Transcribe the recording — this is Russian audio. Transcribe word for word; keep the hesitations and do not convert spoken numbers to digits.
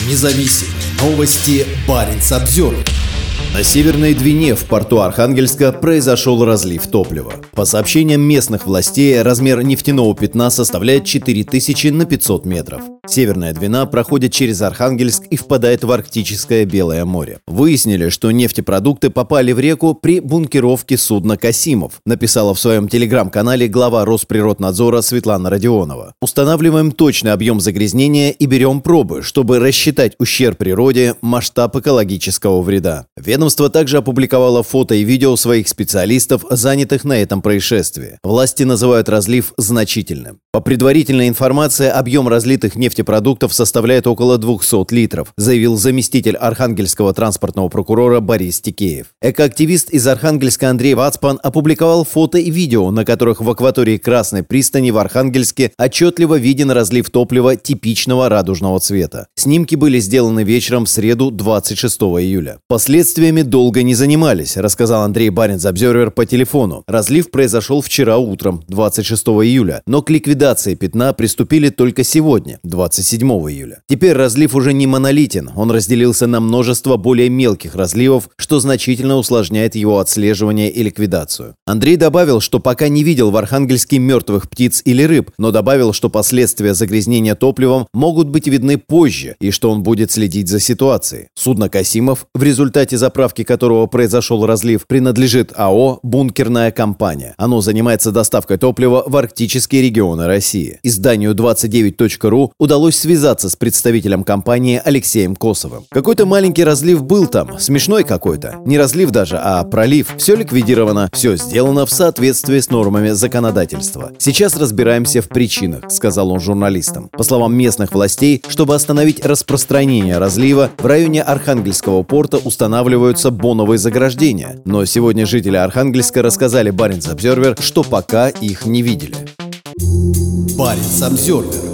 независим. Новости Баренц-Обзервер. На Северной Двине в порту Архангельска произошел разлив топлива. По сообщениям местных властей, размер нефтяного пятна составляет четыре тысячи на пятьсот метров. Северная Двина проходит через Архангельск и впадает в Арктическое Белое море. Выяснили, что нефтепродукты попали в реку при бункеровке судна «Касимов», написала в своем телеграм-канале глава Росприроднадзора Светлана Родионова. Устанавливаем точный объем загрязнения и берем пробы, чтобы рассчитать ущерб природе, масштаб экологического вреда. Ведомство также опубликовало фото и видео своих специалистов, занятых на этом происшествии. Власти называют разлив значительным. По предварительной информации, объем разлитых нефтепродуктов составляет около двухсот литров, заявил заместитель архангельского транспортного прокурора Борис Тикеев. Экоактивист из Архангельска Андрей Вацпан опубликовал фото и видео, на которых в акватории Красной пристани в Архангельске отчетливо виден разлив топлива типичного радужного цвета. Снимки были сделаны вечером в среду, двадцать шестого июля. Последствиями долго не занимались, рассказал Андрей Баренц-Обзервер по телефону. Разлив произошел вчера утром, двадцать шестого июля, но к ликвидации пятна приступили только сегодня, двадцать седьмого июля. Теперь разлив уже не монолитен, он разделился на множество более мелких разливов, что значительно усложняет его отслеживание и ликвидацию. Андрей добавил, что пока не видел в Архангельске мертвых птиц или рыб, но добавил, что последствия загрязнения топливом могут быть видны позже и что он будет следить за ситуацией. Судно «Касимов», в результате заправки которого произошел разлив, принадлежит АО «Бункерная компания». Оно занимается доставкой топлива в арктические регионы России. Изданию двадцать девять точка ру удалось связаться с представителем компании Алексеем Косовым. Какой-то маленький разлив был там, смешной какой-то. Не разлив даже, а пролив. Все ликвидировано, все сделано в соответствии с нормами законодательства. Сейчас разбираемся в причинах, сказал он журналистам. По словам местных властей, чтобы остановить распространение разлива, в районе Архангельского порта устанавливаются боновые заграждения. Но сегодня жители Архангельска рассказали Баренц-Обзервер, что пока их не видели. Баренц-Обзервер.